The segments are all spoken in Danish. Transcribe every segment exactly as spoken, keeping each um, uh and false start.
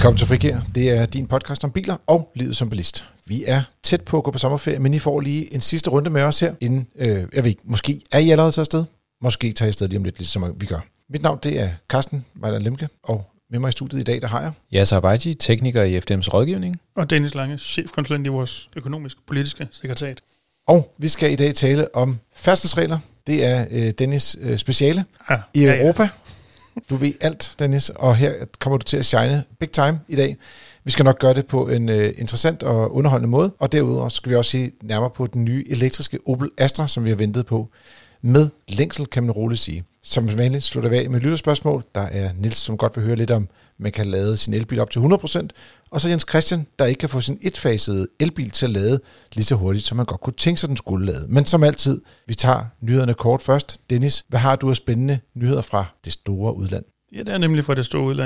Velkommen til Frigir. Det er din podcast om biler og livet som bilist. Vi er tæt på at gå på sommerferie, men I får lige en sidste runde med os her, inden, øh, jeg ved ikke, måske er I allerede taget afsted? Måske tager I afsted lige om lidt, ligesom vi gør. Mit navn, det er Carsten Mejler-Lemke, og med mig i studiet i dag, der har jeg Yasser Abaji, tekniker i F D M's rådgivning. Og Dennis Lange, chefkonsulent i vores økonomisk-politiske sekretariat. Og vi skal i dag tale om færdselsregler. Det er øh, Dennis øh, speciale ja, i ja, Europa. Ja. Du ved alt, Dennis, og her kommer du til at shine big time i dag. Vi skal nok gøre det på en øh, interessant og underholdende måde, og derudover skal vi også se nærmere på den nye elektriske Opel Astra, som vi har ventet på med længsel, kan man roligt sige. Som vanligt slutter vi af med lytterspørgsmål. Der er Niels, som godt vil høre lidt om, man kan lade sin elbil op til hundrede procent, og så Jens Christian, der ikke kan få sin etfasede elbil til at lade lige så hurtigt, som man godt kunne tænke sig, den skulle lade. Men som altid, vi tager nyhederne kort først. Dennis, hvad har du af spændende nyheder fra det store udland? Ja, det er nemlig fra det store udland.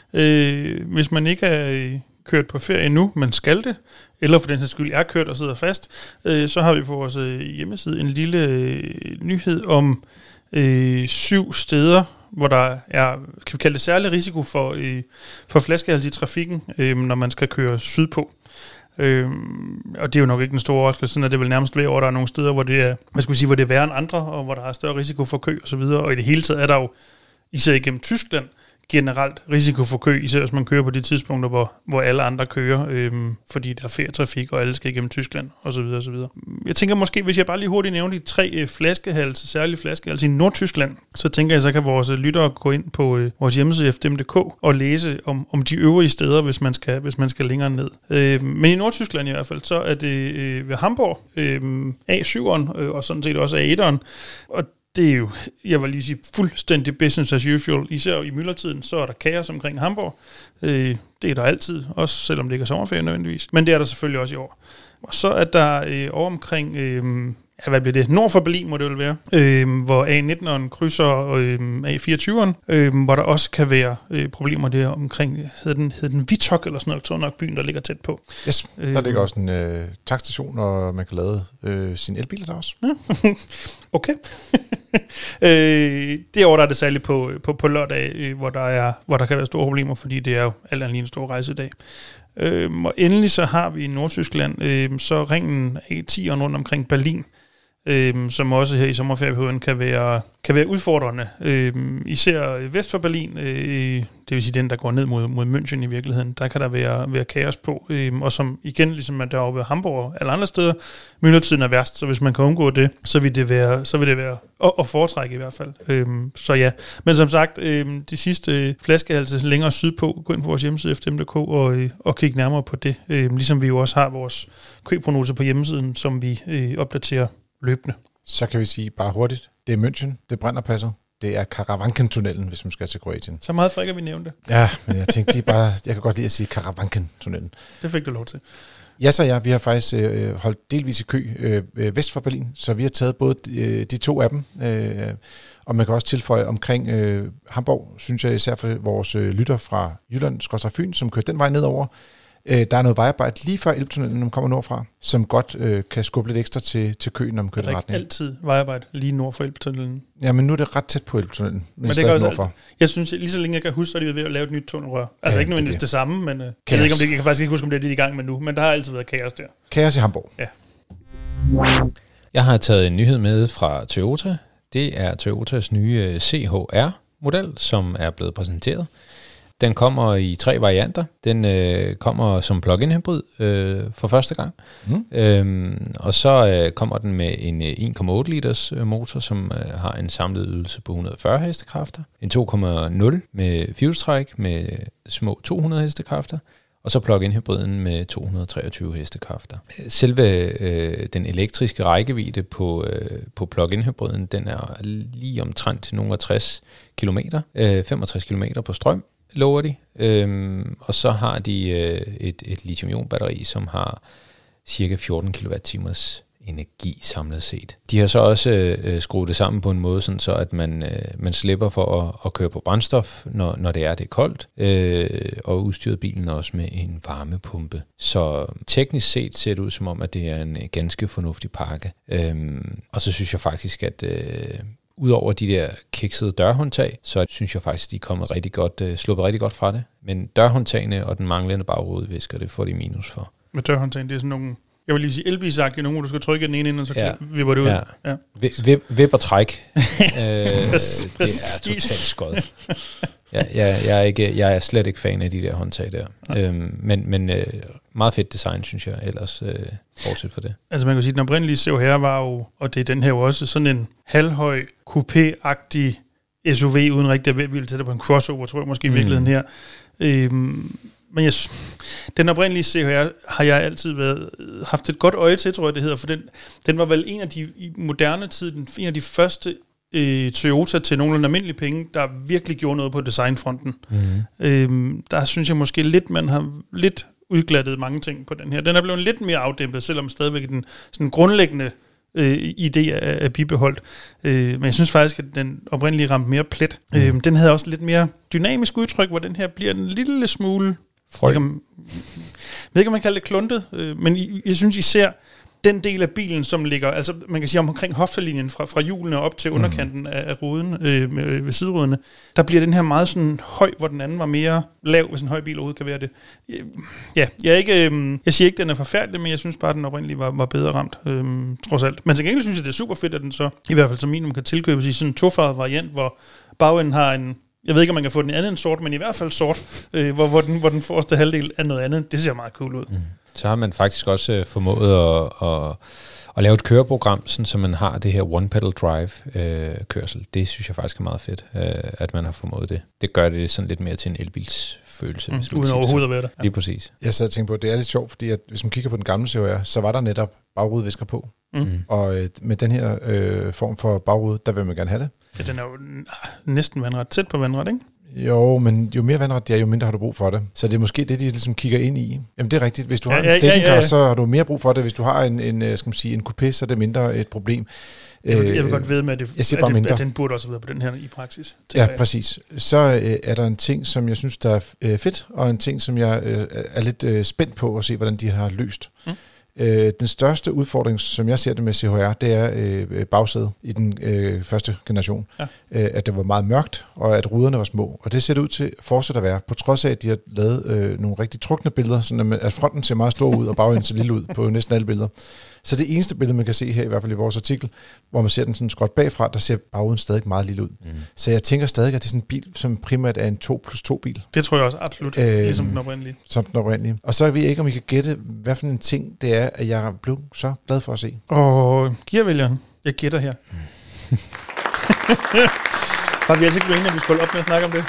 Øh, hvis man ikke er kørt på ferie nu, men skal det, eller for den sags skyld er kørt og sidder fast, øh, så har vi på vores hjemmeside en lille øh, nyhed om øh, syv steder, hvor der er, kan vi kalde det, særlig risiko for, øh, for flaskehals i trafikken, øh, når man skal køre sydpå. Øh, og det er jo nok ikke den store overraskelse, sådan at det er vel nærmest ved over, der er nogle steder, hvor det er, hvad skal vi sige, hvor det er værre end andre, og hvor der er større risiko for kø og så videre. Og i det hele taget er der jo, især igennem Tyskland, generelt risiko for kø, især hvis man kører på de tidspunkter, hvor, hvor alle andre kører, øhm, fordi der er ferietrafik, og alle skal igennem Tyskland, osv. osv. Jeg tænker måske, hvis jeg bare lige hurtigt nævner de tre øh, flaskehalse, særlige flaskehalse i Nordtyskland, så tænker jeg, så kan vores lyttere gå ind på øh, vores hjemmeside f d m punktum d k og læse om, om de øvrige steder, hvis man skal, hvis man skal længere ned. Øh, men i Nordtyskland i hvert fald, så er det øh, ved Hamburg, øh, A syveren øh, og sådan set også A etteren, og det er jo, jeg vil lige sige, fuldstændig business as usual. Især i myldretiden, så er der kaos omkring Hamburg. Øh, det er der altid, også selvom det ikke er sommerferie nødvendigvis. Men det er der selvfølgelig også i år. Og så er der øh, over omkring, øh, ja, hvad bliver det? Nord for Berlin må det vel være, øh, hvor A nitteneren krydser øh, A fireogtyveren, øh, hvor der også kan være øh, problemer der omkring, hedder den, hedder den Vitok eller sådan noget, så nok byen, der ligger tæt på. Yes, der øh, ligger også en øh, tankstation, og man kan lade øh, sin elbil der også. Ja. Okay. øh, derovre der er det særligt på, på, på lørdag, øh, hvor, der er, hvor der kan være store problemer, fordi det er jo alt andet lige en stor rejsedag. Øh, og endelig så har vi i Nordtyskland øh, så ringen A tieren rundt omkring Berlin, Øhm, som også her i sommerferieperioden kan være, kan være udfordrende. Øhm, især vest for Berlin, øh, det vil sige den, der går ned mod, mod München i virkeligheden, der kan der være, være kaos på. Øhm, og som igen, ligesom at deroppe ved Hamburg og alle andre steder, myldretiden er værst, så hvis man kan undgå det, så vil det være, så vil det være at, at foretrække i hvert fald. Øhm, så ja, men som sagt, øhm, de sidste øh, flaskehalse længere sydpå, gå ind på vores hjemmeside f d m punktum d k og, øh, og kig nærmere på det. Øhm, ligesom vi jo også har vores køprognose på hjemmesiden, som vi øh, opdaterer løbende. Så kan vi sige bare hurtigt, det er München, det er Brennerpasset, det er Karavanken-tunnelen, hvis man skal til Kroatien. Så meget frækker vi nævnte. Ja, men jeg tænkte lige bare, jeg kan godt lide at sige Karavanken-tunnelen. Det fik du lov til. Ja, så ja, vi har faktisk øh, holdt delvis i kø øh, vest for Berlin, så vi har taget både de, de to af dem, øh, og man kan også tilføje omkring øh, Hamburg, synes jeg især for vores øh, lytter fra Jylland, Skånsk Fyn, som kører den vej nedover. Der er noget vejarbejde lige før Elbtunnelen, når man kommer nordfra, som godt øh, kan skubbe lidt ekstra til, til køen, når man kører den retning. Der er ikke altid vejarbejde lige nord for Elbtunnelen. Ja, men nu er det ret tæt på Elbtunnelen. Men det kan også alt. Jeg synes, lige så længe jeg kan huske, så er de ved at lave et nyt tunnelrør. Altså ja, ikke nødvendigvis det, det samme, men øh, jeg, ved ikke, om det, jeg kan faktisk ikke huske, om det er det, de er i gang med nu, men der har altid været kaos der. Kaos i Hamburg. Ja. Jeg har taget en nyhed med fra Toyota. Det er Toyotas nye C H R-model, som er blevet præsenteret. Den kommer i tre varianter. Den øh, kommer som plug-in hybrid øh, for første gang. Mm. Øhm, og så øh, kommer den med en en komma otte liters motor, som øh, har en samlet ydelse på et hundrede og fyrre hestekræfter. En to komma nul med firehjulstræk med små to hundrede hestekræfter. Og så plug-in hybriden med to hundrede og treogtyve hestekræfter. Selve øh, den elektriske rækkevidde på, øh, på plug-in hybriden, den er lige omtrent til nogle af tres kilometer. Øh, femogtres kilometer på strøm, lover de. Øhm, og så har de øh, et, et lithium-ion-batteri, som har cirka fjorten kilowatt-timers energi samlet set. De har så også øh, skruet det sammen på en måde, sådan så at man, øh, man slipper for at, at køre på brændstof, når, når det er det er koldt, øh, og udstyret bilen også med en varmepumpe. Så teknisk set ser det ud som om, at det er en ganske fornuftig pakke. Øhm, og så synes jeg faktisk, at øh, udover de der kiksede dørhåndtag, så synes jeg faktisk, de er kommet rigtig godt, øh, sluppet rigtig godt fra det. Men dørhåndtagene og den manglende bagrudevisker, det får de minus for. Med dørhåndtagene, det er sådan nogle, jeg vil lige sige elbilsagtige, nogle, hvor du skal trykke den ene ind, og så ja. vipper det ud. Ja. Ja. Vip, vip og træk. øh, det er totalt skød. Ja, jeg, jeg, er ikke, jeg er slet ikke fan af de der håndtag der. Ja. Øhm, men men øh, meget fedt design, synes jeg, ellers øh, fortsæt for det. Altså man kan sige, den oprindelige C H R var jo, og det er den her jo også, sådan en halvhøj, coupé-agtig S U V, uden rigtig at ville til det på en crossover, tror jeg måske i mm. virkeligheden her. Øhm, men jeg, den oprindelige C H R har jeg altid været, haft et godt øje til, tror jeg det hedder, for den, den var vel en af de, i moderne tid, den, en af de første øh, Toyota til nogenlunde almindelige penge, der virkelig gjorde noget på designfronten. Mm-hmm. Øhm, der synes jeg måske lidt, man har lidt udglattet mange ting på den her. Den er blevet lidt mere afdæmpet, selvom stadigvæk den sådan grundlæggende øh, idé er, er bibeholdt. Øh, men jeg synes faktisk, at den oprindelige ramte mere plet. Mm. Øh, den havde også lidt mere dynamisk udtryk, hvor den her bliver en lille smule... Frø. Jeg ved ikke, om man kalder det kluntet, øh, men jeg, jeg synes især, den del af bilen, som ligger, altså man kan sige omkring hoftelinjen fra, fra hjulene op til underkanten mm. af, af ruden, øh, med, ved sideruderne, der bliver den her meget sådan høj, hvor den anden var mere lav, hvis en høj bil overhovedet kan være det. Ja, jeg, er ikke, øh, jeg siger ikke, den er forfærdelig, men jeg synes bare, at den oprindelige var, var bedre ramt, øh, trods alt. Men til gengæld synes jeg, det er super fedt, at den så, i hvert fald som minimum, kan tilkøbes i sådan en tofarvet variant, hvor bagenden har en, jeg ved ikke, om man kan få den anden end sort, men i hvert fald sort, øh, hvor, hvor, den, hvor den forreste halvdel er noget andet. Det ser meget cool ud. Mm. Så har man faktisk også øh, formået at, at, at lave et køreprogram, sådan, så man har det her one-pedal drive-kørsel. Øh, det synes jeg faktisk er meget fedt, øh, at man har formået det. Det gør det sådan lidt mere til en elbilsfølelse. Mm, uden overhovedet at være der. Ja. Lige præcis. Jeg sad og tænkte på, at det er lidt sjovt, fordi at, hvis man kigger på den gamle C H R, så var der netop bagrudevisker på. Mm. Og øh, med den her øh, form for bagrude, der vil man gerne have det. Ja, den er jo næsten vandret, tæt på vandret, ikke? Jo, men jo mere vandret det er, jo mindre har du brug for det. Så det er måske det, de ligesom kigger ind i. Jamen det er rigtigt. Hvis du har ja, en stationcar, ja, ja, ja. så har du mere brug for det. Hvis du har en, en, skal man sige, en coupé, så er det mindre et problem. Jeg vil, jeg vil godt vide med, at, det, jeg siger bare at, mindre. at den burde også være på den her i praksis. Ja, jeg. præcis. Så øh, er der en ting, som jeg synes, der er øh, fedt, og en ting, som jeg øh, er lidt øh, spændt på at se, hvordan de har løst. Mm. Øh, den største udfordring, som jeg ser det med C H R, det er øh, bagsædet i den øh, første generation. Ja. Øh, at det var meget mørkt, og at ruderne var små. Og det ser det ud til at fortsætte at være, på trods af, at de har lavet øh, nogle rigtig trukne billeder, sådan at fronten ser meget stor ud, og bagenden ser lille ud på næsten alle billeder. Så det eneste billede, man kan se her, i hvert fald i vores artikel, hvor man ser den sådan skråt bagfra, der ser bagruden stadig meget lille ud. Mm. Så jeg tænker stadig, at det er sådan en bil, som primært er en to plus to bil. Det tror jeg også absolut, øh, ligesom den oprindelige. Som den oprindelige. Og så ved jeg ikke, om I kan gætte, hvad for en ting det er, at jeg blev så glad for at se. Og gearvælgeren. Jeg gætter her. Mm. Har vi altså ikke været enige, at vi skulle op med at snakke om det?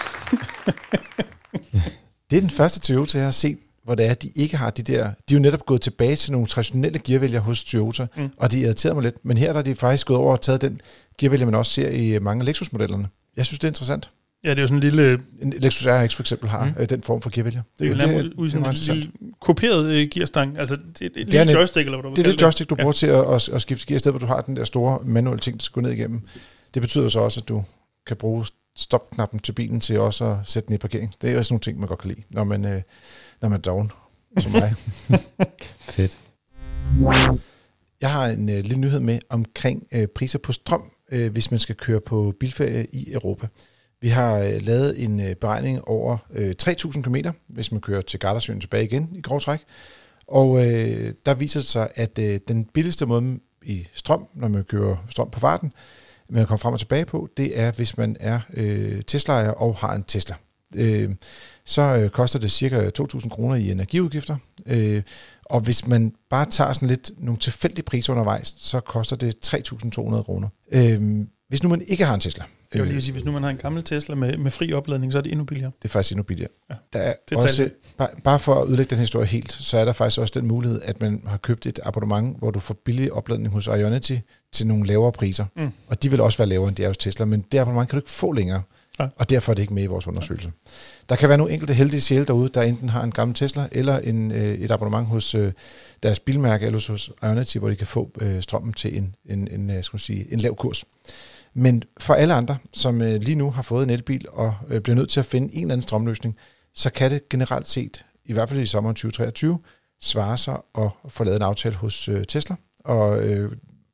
Det er den første Toyota, jeg har set, hvor det er, at de ikke har de der... De er jo netop gået tilbage til nogle traditionelle gearvælger hos Toyota, mm. og de irriterede mig lidt. Men her der er de faktisk gået over og taget den gearvælger, man også ser i mange Lexus-modellerne. Jeg synes, det er interessant. Ja, det er jo sådan en lille... En Lexus R X for eksempel har mm. den form for gearvælger. Det er jo nærmere ud sådan en lille kopieret øh, gearstang. Altså det, et det lille joystick, eller hvad du vil kalde det. Det er et joystick, du bruger ja. til at, at, at skifte gear, i stedet hvor du har den der store manuelle ting, der skal gå ned igennem. Det betyder så også, at du kan bruge stopknappen til bilen til også at sætte den i parkering. Det er også nogle ting, man godt kan lide, når man, øh, når man er doven, som mig. Fedt. Jeg har en øh, lille nyhed med omkring øh, priser på strøm, øh, hvis man skal køre på bilferie i Europa. Vi har øh, lavet en øh, beregning over øh, tre tusind kilometer, hvis man kører til Gardasøen tilbage igen i grov træk. Og øh, der viser det sig, at øh, den billigste måde i strøm, når man kører strøm på farten, man kommer frem og tilbage på, det er, hvis man er øh, Tesla-ejer og har en Tesla. Øh, så øh, koster det cirka to tusind kroner i energiudgifter. Øh, og hvis man bare tager sådan lidt nogle tilfældige priser undervejs, så koster det tre tusind to hundrede kroner. Øh, hvis nu man ikke har en Tesla. Jeg vil lige sige, hvis nu man har en gammel Tesla med, med fri opladning, så er det endnu billigere. Det er faktisk endnu billigere. Ja, der er det også, bare, bare for at udlægge den historie helt, så er der faktisk også den mulighed, at man har købt et abonnement, hvor du får billig opladning hos Ionity til nogle lavere priser. Mm. Og de vil også være lavere, end de er hos Tesla, men det abonnement kan du ikke få længere. Ja. Og derfor er det ikke med i vores undersøgelse. Ja. Der kan være nogle enkelte heldige sjæle derude, der enten har en gammel Tesla, eller en, øh, et abonnement hos øh, deres bilmærke, eller hos Ionity, hvor de kan få øh, strømmen til en, en, en, øh, skal man sige, en lav kurs. Men for alle andre, som øh, lige nu har fået en elbil og øh, bliver nødt til at finde en eller anden strømløsning, så kan det generelt set, i hvert fald i sommeren tyve treogtyve, svare sig at få lavet en aftale hos øh, Tesla. Og øh,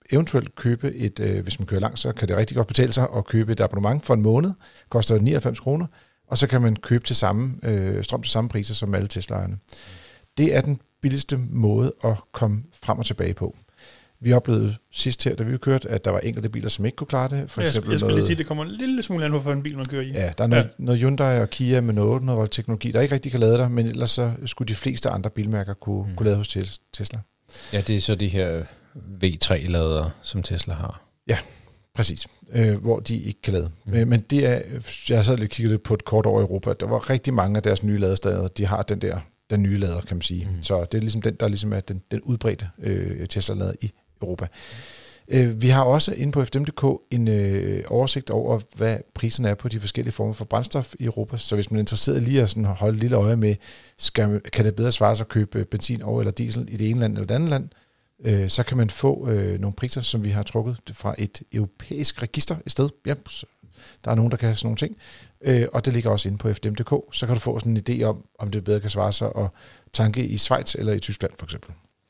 eventuelt købe et, øh, hvis man kører langt, så kan det rigtig godt betale sig at købe et abonnement for en måned. Det koster nioghalvfems kroner, og så kan man købe til samme, øh, strøm til samme priser som alle Tesla-ejerne. Det er den billigste måde at komme frem og tilbage på. Vi oplevede sidst her, da vi kørte, at der var enkelte biler, som ikke kunne klare det. For jeg eksempel jeg skulle noget, lige sige, at det kommer en lille smule an på, for en bil man kører i. Ja, der er noget, ja. noget Hyundai og Kia med noget otte hundrede volt teknologi, der ikke rigtig kan lade der, men ellers så skulle de fleste andre bilmærker kunne, mm. kunne lade hos Tesla. Ja, det er så de her V tre-ladere, som Tesla har. Ja, præcis. Øh, hvor de ikke kan lade. Mm. Men det er, jeg har så lige kigget på et kort over i Europa, der var rigtig mange af deres nye ladesteder, de har den der, den nye lader, kan man sige. Mm. Så det er ligesom den, der ligesom er den, den udbredte øh, Tesla-lader i Europa. Øh, vi har også inde på F D M punktum d k en øh, oversigt over, hvad priserne er på de forskellige former for brændstof i Europa. Så hvis man er interesseret lige at sådan holde et lille øje med, skal, kan det bedre svare sig at købe benzin over eller diesel i det ene land eller det andet land, øh, så kan man få øh, nogle priser, som vi har trukket fra et europæisk register et sted. Ja, der er nogen, der kan have sådan nogle ting. Øh, og det ligger også inde på F D M punktum d k. Så kan du få sådan en idé om, om det bedre kan svare sig at tanke i Schweiz eller i Tyskland for eksempel.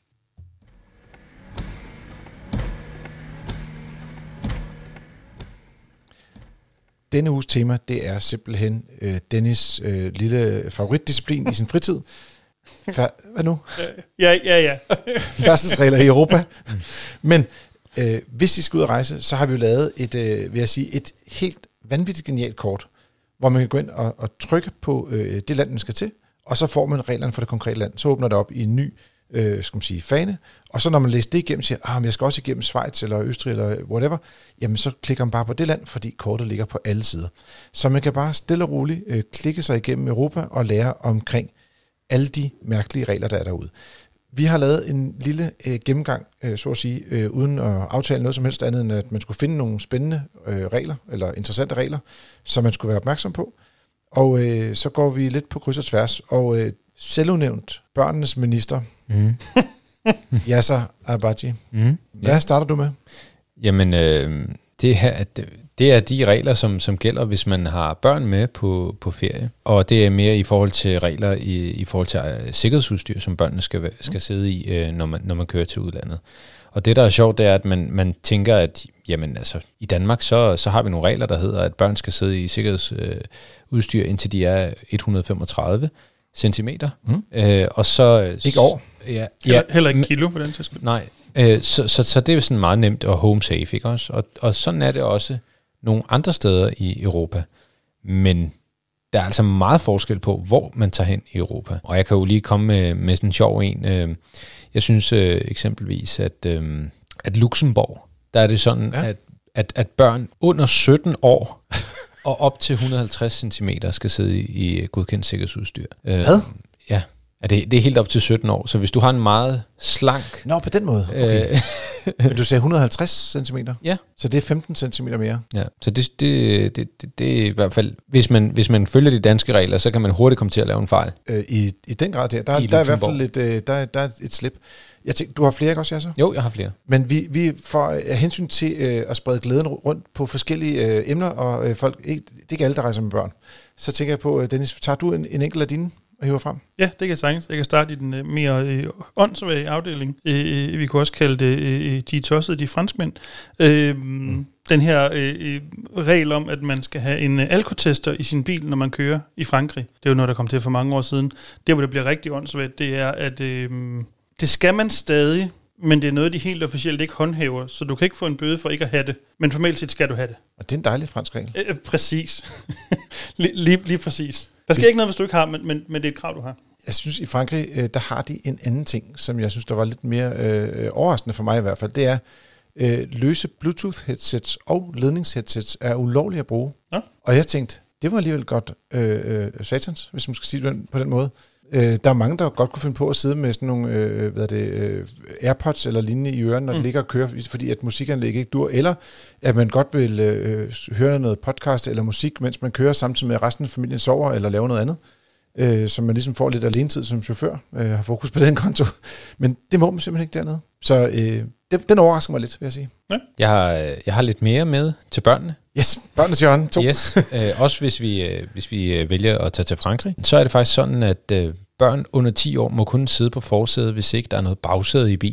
Denne uges tema, det er simpelthen øh, Dennis' øh, lille favoritdisciplin i sin fritid. Fær- Hvad nu? Ja, ja, ja. Færdselsregler i Europa. Men øh, hvis I skal ud og rejse, så har vi jo lavet et, øh, vil jeg sige, et helt vanvittigt genialt kort, hvor man kan gå ind og, og trykke på øh, det land, man skal til, og så får man reglerne for det konkrete land. Så åbner det op i en ny øh, skal man sige, fane, og så når man læser det igennem, siger, ah, men jeg skal også igennem Schweiz eller Østrig eller whatever, jamen så klikker man bare på det land, fordi kortet ligger på alle sider. Så man kan bare stille og roligt øh, klikke sig igennem Europa og lære omkring alle de mærkelige regler, der er derude. Vi har lavet en lille øh, gennemgang, øh, så at sige, øh, uden at aftale noget som helst andet, end at man skulle finde nogle spændende øh, regler, eller interessante regler, som man skulle være opmærksom på. Og øh, så går vi lidt på kryds og tværs, og øh, selvudnævnt børnenes minister, mm. Yasser Arbaji. Mm. Hvad ja. starter du med? Jamen, øh, det, her, det, det er de regler, som, som gælder, hvis man har børn med på, på ferie. Og det er mere i forhold til regler i, i forhold til uh, sikkerhedsudstyr, som børnene skal, skal sidde i, uh, når, man, når man kører til udlandet. Og det, der er sjovt, det er, at man, man tænker, at jamen, altså, i Danmark, så, så har vi nogle regler, der hedder, at børn skal sidde i sikkerhedsudstyr, uh, indtil de er et hundrede femogtredive centimeter. Mm. Uh, og så, ikke år. Ja, heller, ja, heller ikke kilo for den til skyld. Nej, uh, så, så, så det er sådan meget nemt og home safe, ikke også? Og, og sådan er det også nogle andre steder i Europa. Men der er altså meget forskel på, hvor man tager hen i Europa. Og jeg kan jo lige komme med, med sådan en sjov en. Jeg synes øh, eksempelvis, at, øh, at Luxembourg, der er det sådan, ja. at, at, at børn under sytten år og op til et hundrede og halvtreds centimeter skal sidde i, i godkendt sikkerhedsudstyr. Hvad? Ja. Ja, det, det er helt op til sytten år, så hvis du har en meget slank... Nå, på den måde. Okay. Øh, Men du sagde et hundrede og halvtreds centimeter? Ja. Så det er femten centimeter mere? Ja, så det, det, det, det, det er i hvert fald... Hvis man, hvis man følger de danske regler, så kan man hurtigt komme til at lave en fejl. Øh, i, I den grad der. Der, der er i hvert fald et, øh, der, der er et slip. Jeg tænker, du har flere, ikke også, Yasser? Jo, jeg har flere. Men vi, vi får af hensyn til øh, at sprede glæden rundt på forskellige øh, emner, og øh, folk, ikke, det er ikke alle, der rejser med børn. Så tænker jeg på, Dennis, tager du en, en enkelt af dine og hiver frem? Ja, det kan jeg sagtens. Jeg kan starte i den øh, mere øh, åndssvage afdeling. Øh, vi kunne også kalde det øh, de tossede, de franskmænd. Øh, mm. Den her øh, regel om, at man skal have en øh, alkotester i sin bil, når man kører i Frankrig. Det er jo noget, der kom til for mange år siden. Det, hvor det bliver rigtig åndssvagt, det er, at øh, det skal man stadig, men det er noget, de helt officielt ikke håndhæver, så du kan ikke få en bøde for ikke at have det. Men formelt set skal du have det. Og det er en dejlig fransk regel. Øh, præcis. lige, lige, lige præcis. Der skal ikke noget, hvis du ikke har, men, men, men det er et krav, du har. Jeg synes, i Frankrig, der har de en anden ting, som jeg synes, der var lidt mere øh, overraskende for mig i hvert fald. Det er, øh, løse Bluetooth-headsets og ledningsheadsets er ulovlige at bruge. Ja. Og jeg tænkte, det var alligevel godt øh, satans, hvis man skal sige det på den måde. Øh, der er mange, der godt kunne finde på at sidde med sådan nogle øh, hvad er det, øh, AirPods eller lignende i ørerne, når mm. det ligger og kører, fordi at musikanlæg ikke dur, eller at man godt vil øh, høre noget podcast eller musik, mens man kører, samtidig med at resten af familien sover eller laver noget andet, øh, så man ligesom får lidt alenetid som chauffør, øh, har fokus på den konto. Men det må man simpelthen ikke dernede. Så øh, det, den overrasker mig lidt, vil jeg sige. Ja. Jeg, har, jeg har lidt mere med til børnene. Yes, børnenes hjørne, to. Yes, øh, også hvis vi, øh, hvis vi øh, vælger at tage til Frankrig, så er det faktisk sådan, at øh, børn under ti år må kun sidde på forsædet, hvis ikke der er noget bagsæde i bilen.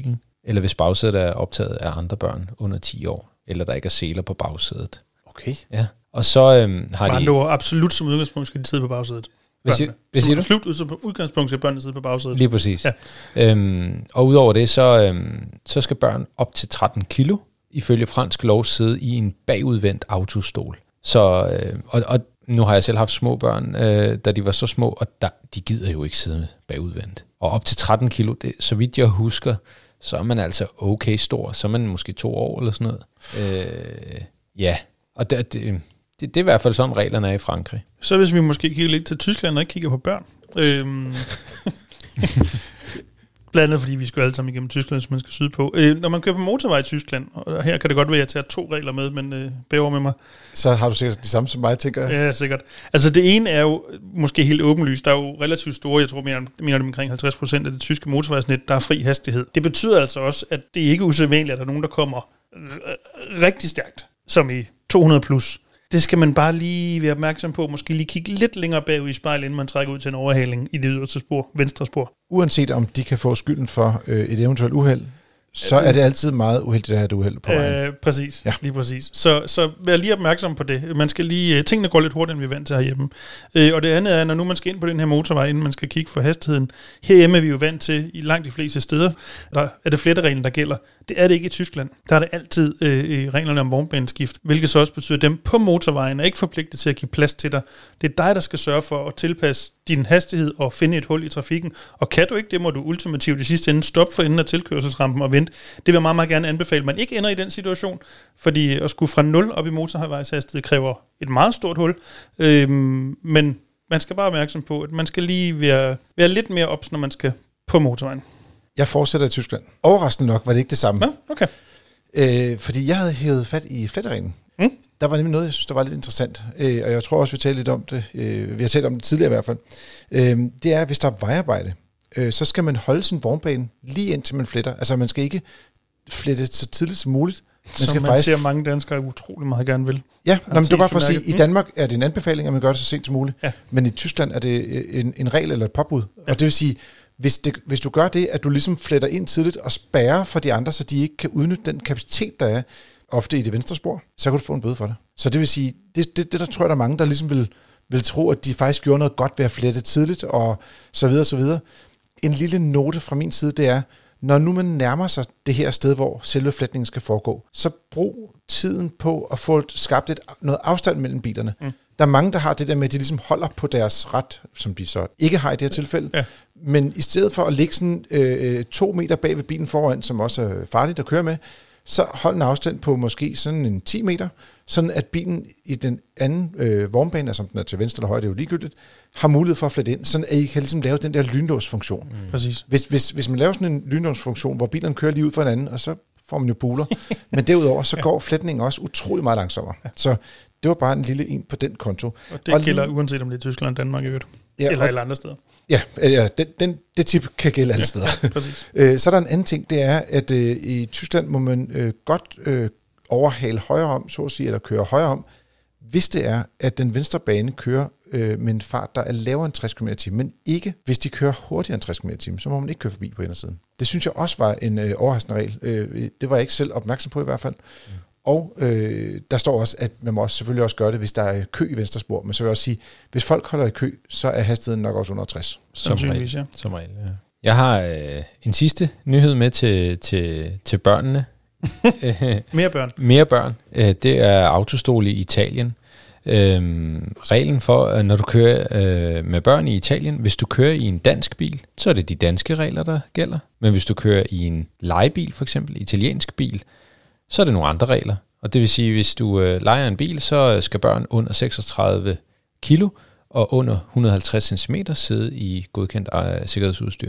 eller hvis bagsædet er optaget af andre børn under ti år, eller der ikke er seler på bagsædet. Okay. Ja. Og så øhm, har Man de... nu absolut som udgangspunkt skal de sidde på bagsædet. Hvad siger, hvad siger du? Absolut som udgangspunkt skal børnene sidde på bagsædet. Lige præcis. Ja. Øhm, og udover det, så, øhm, så skal børn op til tretten kilo, ifølge fransk lov, sidde i en bagudvendt autostol. Så, øh, og, og nu har jeg selv haft små børn, øh, da de var så små, og der, de gider jo ikke sidde bagudvendt. Og op til tretten kilo, det, så vidt jeg husker, så er man altså okay stor. Så er man måske to år eller sådan noget. Øh, ja, og det, det, det, det er i hvert fald sådan, reglerne er i Frankrig. Så hvis vi måske kigger lidt til Tyskland og ikke kigger på børn. Øhm. Blandt andet, fordi vi skal alle sammen igennem Tyskland, hvis man skal sydpå. Øh, når man kører på motorvej i Tyskland, og her kan det godt være, at jeg tager to regler med, men øh, bæver med mig. Så har du sikkert de samme som mig, tænker jeg. Ja, sikkert. Altså det ene er jo måske helt åbenlyst. Der er jo relativt store, jeg tror, jeg mener det omkring halvtreds procent af det tyske motorvejsnet, der er fri hastighed. Det betyder altså også, at det ikke er usædvanligt, at der er nogen, der kommer r- rigtig stærkt, som i to hundrede plus. Det skal man bare lige være opmærksom på, måske lige kigge lidt længere bagud i spejlet, inden man trækker ud til en overhaling i det yderste spor, venstre spor. Uanset om de kan få skylden for øh, et eventuelt uheld, så er det altid meget uheldigt at have et uheld på vejen. Øh, præcis, ja. lige præcis. Så, så vær lige opmærksom på det. Man skal lige, tingene går lidt hurtigere, end vi er vant til herhjemme. Øh, og det andet er, når nu man skal ind på den her motorvej, inden man skal kigge for hastigheden. Herhjemme er vi jo vant til, i langt de fleste steder, der er det flettereglen, der gælder. Det er det ikke i Tyskland. Der er det altid øh, reglerne om vognbaneskift, hvilket så også betyder, at dem på motorvejen er ikke forpligtet til at give plads til dig. Det er dig, der skal sørge for at tilpasse din hastighed og finde et hul i trafikken. Og kan du ikke, det må du ultimativt i sidste ende stoppe for enden af tilkørselsrampen og vente. Det vil jeg meget, meget gerne anbefale, at man ikke ender i den situation, fordi at skulle fra nul op i motorvejshastighed kræver et meget stort hul. Øhm, men man skal bare være opmærksom på, at man skal lige være, være lidt mere ops, når man skal på motorvejen. Jeg fortsætter i Tyskland. Overraskende nok var det ikke det samme. Ja, okay. Øh, fordi jeg havde hævet fat i flettereglen. Mm. Der var nemlig noget, jeg synes, der var lidt interessant. Øh, og jeg tror også, vi talte lidt om det. Øh, vi har talt om det tidligere i hvert fald. Øh, det er, hvis der er vejarbejde, øh, så skal man holde sin vognbane lige indtil man fletter. Altså, man skal ikke flette så tidligt som muligt. Man Som skal man faktisk... ser mange danskere utrolig meget gerne vil. Ja, nå, men det var bare for at sige, at i Mm. Danmark er det en anbefaling, at man gør det så sent som muligt. Ja. Men i Tyskland er det en, en regel eller et påbud. Ja. Og det vil sige, hvis, det, hvis du gør det, at du ligesom fletter ind tidligt og spærrer for de andre, så de ikke kan udnytte den kapacitet, der er, ofte i det venstre spor, så kan du få en bøde for det. Så det vil sige, det, det, det der tror jeg, der er mange, der ligesom vil, vil tro, at de faktisk gjorde noget godt ved at flette tidligt, og så videre, så videre. En lille note fra min side, det er, når nu man nærmer sig det her sted, hvor selve fletningen skal foregå, så brug tiden på at få skabt et, noget afstand mellem bilerne. Mm. Der er mange, der har det der med, at de ligesom holder på deres ret, som de så ikke har i det her tilfælde. Ja. Men i stedet for at ligge sådan øh, to meter bag ved bilen foran, som også er farligt at køre med, så hold en afstand på måske sådan en ti meter, sådan at bilen i den anden øh, vognbane, altså om den er til venstre eller højre, det er jo ligegyldigt, har mulighed for at flette ind, sådan at I kan ligesom lave den der lynlåsfunktion. Mm. Præcis. Hvis, hvis, hvis man laver sådan en lynlåsfunktion, hvor bilerne kører lige ud for hinanden, og så får man jo buler, men derudover så går fletningen også utrolig meget langsommere. Ja. Så det var bare en lille en på den konto. Og det og gælder lige, uanset om det er Tyskland, Danmark i øvrigt, ja, eller og, eller andre steder. Ja, ja den, den, det tip kan gælde alle ja, steder. Ja, præcis. øh, så er der en anden ting, det er, at øh, i Tyskland må man øh, godt øh, overhale højre om, så at sige, eller køre højre om, hvis det er, at den venstre bane kører øh, med en fart, der er lavere end tres kilometer i timen, men ikke hvis de kører hurtigere end tres kilometer i timen, så må man ikke køre forbi på indersiden. Det synes jeg også var en øh, overraskende regel. Øh, det var jeg ikke selv opmærksom på i hvert fald. Mm. Og øh, der står også, at man må også selvfølgelig også gøre det, hvis der er kø i venstre spor. Men så vil jeg også sige, hvis folk holder i kø, så er hastigheden nok også under tres. Som regel, ja. Som regel, ja. Jeg har øh, en sidste nyhed med til, til, til børnene. Mere børn. Mere børn. Øh, det er autostol i Italien. Øhm, reglen for, når du kører øh, med børn i Italien, hvis du kører i en dansk bil, så er det de danske regler, der gælder. Men hvis du kører i en lejebil, for eksempel italiensk bil, så er det nogle andre regler. Og det vil sige, hvis du øh, lejer en bil, så skal børn under seksogtredive kilo og under et hundrede og halvtreds centimeter sidde i godkendt øh, sikkerhedsudstyr.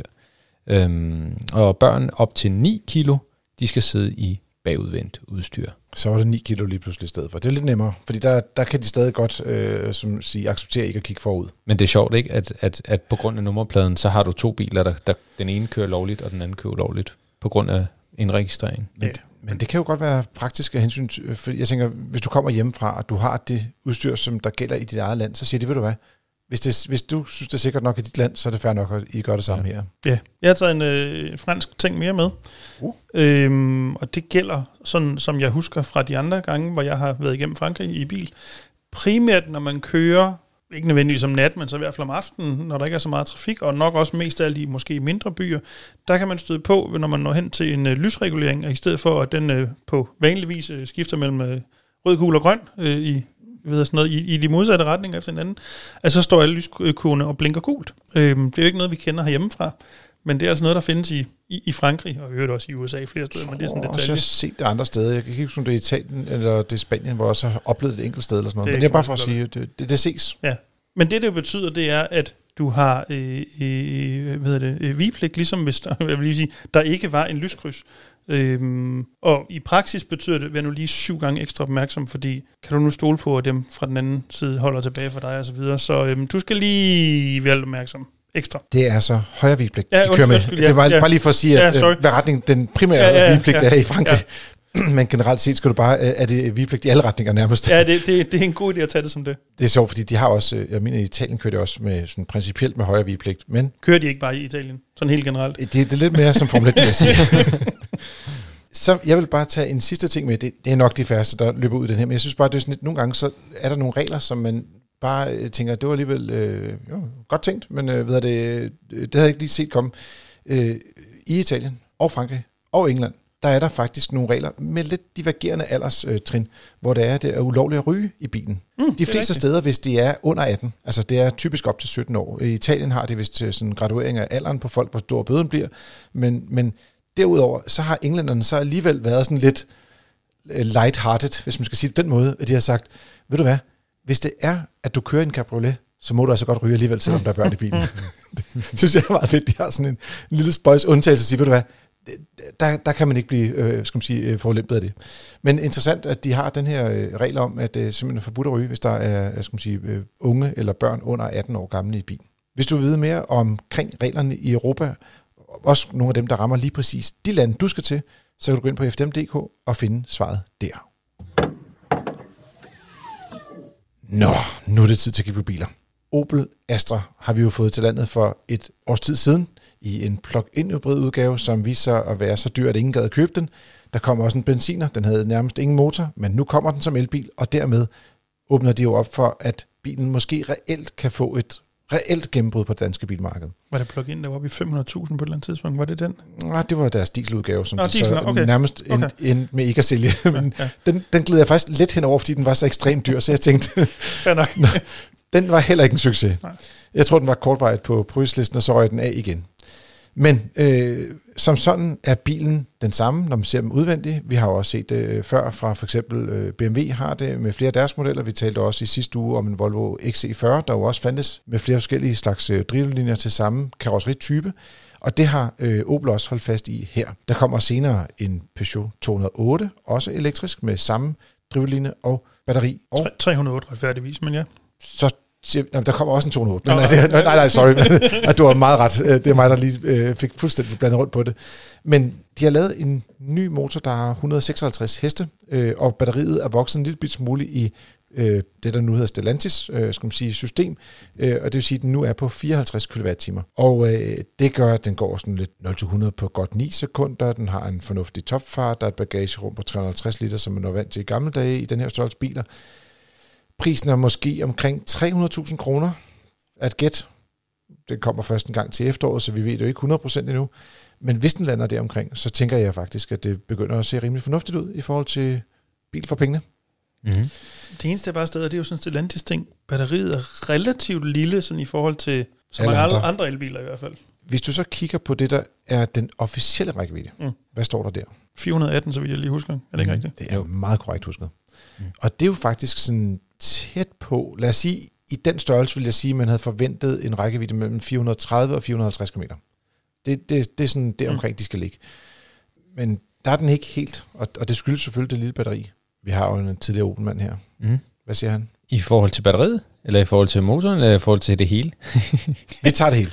Øhm, og børn op til ni kilo, de skal sidde i bagudvendt udstyr. Så var det ni kilo lige pludselig i stedet for. Det er lidt nemmere, fordi der, der kan de stadig godt øh, som sige, acceptere ikke at kigge forud. Men det er sjovt, ikke, at, at, at på grund af nummerpladen, så har du to biler, der, der den ene kører lovligt, og den anden kører ulovligt, på grund af en registrering. Men, men det kan jo godt være praktisk af hensyn, for jeg tænker, hvis du kommer hjemmefra, og du har det udstyr, som der gælder i dit eget land, så siger de, ved du hvad, hvis, det, hvis du synes, det er sikkert nok i dit land, så er det fair nok, at I gør det samme ja. her. Ja, jeg har taget en øh, fransk ting mere med. Uh. Øhm, og det gælder, sådan som jeg husker fra de andre gange, hvor jeg har været igennem Frankrig i bil. Primært, når man kører, ikke nødvendigvis om nat, men så i hvert fald om aftenen, når der ikke er så meget trafik, og nok også mest af de måske mindre byer, der kan man støde på, når man når hen til en øh, lysregulering, og i stedet for, at den øh, på vanlig vis øh, skifter mellem øh, rød, gul og grøn øh, i, ved sådan noget, i, i de modsatte retninger efter hinanden, altså så står alle lyskurvene og blinker gult. Øh, det er jo ikke noget, vi kender herhjemmefra, men det er altså noget, der findes i, i, i Frankrig, og i øvrigt også i U S A flere steder, men det er sådan en detalje. Jeg har set det andre steder. Jeg kan ikke huske, om det er Italien eller det er Spanien, hvor jeg også har oplevet et enkelt sted eller sådan noget. Det men det er bare for at sige, det, det, det ses. Ja, men det, det betyder, det er, at du har øh, øh, hvad hedder det, øh, vigepligt, ligesom hvis der, jeg vil lige sige, der ikke var en lyskryds. Øhm, og i praksis betyder det, at være nu lige syv gange ekstra opmærksom, fordi kan du nu stole på, at dem fra den anden side holder tilbage for dig og så videre. Så øhm, du skal lige være opmærksom ekstra. Det er så højre vigepligt, ja, de kører med. Undskyld, ja, det var ja. bare lige for at sige, at, ja, hvad retning den primære ja, ja, vigepligt ja, er i Frankrig. Ja. Men generelt set skal du bare, er det vigepligt i alle retninger nærmest. Ja, det, det, det er en god idé at tage det som det. Det er sjovt, fordi de har også, jeg mener i Italien kører det også med sådan principielt med højre vigepligt, men... Kører de ikke bare i Italien? Sådan helt generelt? Det, det er lidt mere som Formel et, vil jeg sige. Så jeg vil bare tage en sidste ting med, det, det er nok de færreste, der løber ud i den her, men jeg synes bare, det er sådan lidt, nogle gange, så er der nogle regler, som man bare øh, tænker, det var alligevel øh, jo, godt tænkt, men øh, ved det, det havde jeg ikke lige set komme. Øh, I Italien og Frankrig og England, der er der faktisk nogle regler med lidt divergerende alderstrin, øh, hvor det er, det er ulovligt at ryge i bilen. Mm, de fleste steder, hvis de er under atten, altså det er typisk op til sytten år. I Italien har de vist sådan en graduering af alderen på folk, hvor stor bøden bliver, men, men derudover, så har englænderne så alligevel været sådan lidt light-hearted, hvis man skal sige det på den måde, at de har sagt, ved du hvad, hvis det er, at du kører en cabriolet, så må du altså godt ryge alligevel, selvom der er børn i bilen. Det synes jeg er meget fedt. De har sådan en, en lille spøjs undtagelse at sige, ved du hvad, der, der kan man ikke blive øh, skal man sige, forulempet af det. Men interessant, at de har den her øh, regel om, at det simpelthen er forbudt at ryge, hvis der er skal man sige, øh, unge eller børn under atten år gamle i bilen. Hvis du vil vide mere omkring reglerne i Europa, også nogle af dem, der rammer lige præcis de lande, du skal til, så kan du gå ind på f d m punktum d k og finde svaret der. Nå, nu er det tid til at kigge på biler. Opel Astra har vi jo fået til landet for et års tid siden i en plug-in hybrid udgave, som viser sig at være så dyr, at ingen gad at købe den. Der kommer også en benziner, den havde nærmest ingen motor, men nu kommer den som elbil, og dermed åbner de jo op for, at bilen måske reelt kan få et reelt gennembrud på det danske bilmarked. Var det plug-in, der var oppe i fem hundrede tusind på et eller andet tidspunkt? Var det den? Nej, det var deres dieseludgave, som Nå, de diesel, så okay. nærmest okay. endte med ikke at sælge. Men ja, ja. Den, den glider jeg faktisk lidt henover, fordi den var så ekstremt dyr, så jeg tænkte, fair nok. Nå, den var heller ikke en succes. Nej. Jeg tror, den var kortvarigt på prislisten, og så røg den af igen. Men øh, som sådan er bilen den samme, når man ser dem udvendigt. Vi har jo også set det øh, før fra for eksempel øh, B M W har det med flere af deres modeller. Vi talte også i sidste uge om en Volvo X C fyrre, der jo også fandtes med flere forskellige slags øh, drivlinjer til samme karrosseritype. Og det har øh, Opel også holdt fast i her. Der kommer senere en Peugeot to hundrede og otte, også elektrisk med samme drivlinje og batteri. Og tre hundrede og otte retfærdigvis, men ja. Så der kommer også en to hundrede og otte. Men, nej, det, nej, nej, sorry. Men, du har meget ret. Det er mig, der lige øh, fik fuldstændig blandet rundt på det. Men de har lavet en ny motor, der har et hundrede og seksoghalvtreds heste, øh, og batteriet er vokset en lille bit smule i øh, det, der nu hedder Stellantis øh, skal man sige, system. Øh, og det vil sige, at den nu er på fireoghalvtreds kilowatt-timer. Og øh, det gør, at den går sådan lidt nul til hundrede på godt ni sekunder. Den har en fornuftig topfart. Der er et bagagerum på tre hundrede og halvtreds liter, som man er vant til i gamle dage i den her størrelse biler. Prisen er måske omkring tre hundrede tusind kroner at gæt. Det kommer først en gang til efteråret, så vi ved det jo ikke hundrede procent endnu. Men hvis den lander der omkring, så tænker jeg faktisk, at det begynder at se rimelig fornuftigt ud i forhold til bil for pengene. Mm-hmm. Det eneste er bare stedet, det er jo sådan en Stellantis ting. Batteriet er relativt lille sådan i forhold til så mange andre. andre elbiler i hvert fald. Hvis du så kigger på det, der er den officielle rækkevidde, mm. hvad står der der? fire hundrede og atten, så vidt jeg lige husker. Er det mm. ikke rigtigt? Det er jo meget korrekt husket. Mm. Og det er jo faktisk sådan tæt på, lad os sige, i den størrelse vil jeg sige, at man havde forventet en rækkevidde mellem fire hundrede og tredive og fire hundrede og halvtreds kilometer. Det, det, det er sådan deromkring, mm. de skal ligge. Men der er den ikke helt, og, og det skyldes selvfølgelig det lille batteri. Vi har jo en tidligere Opel-mand her. Mm. Hvad siger han? I forhold til batteriet? Eller i forhold til motoren? Eller i forhold til det hele? Vi tager det hele.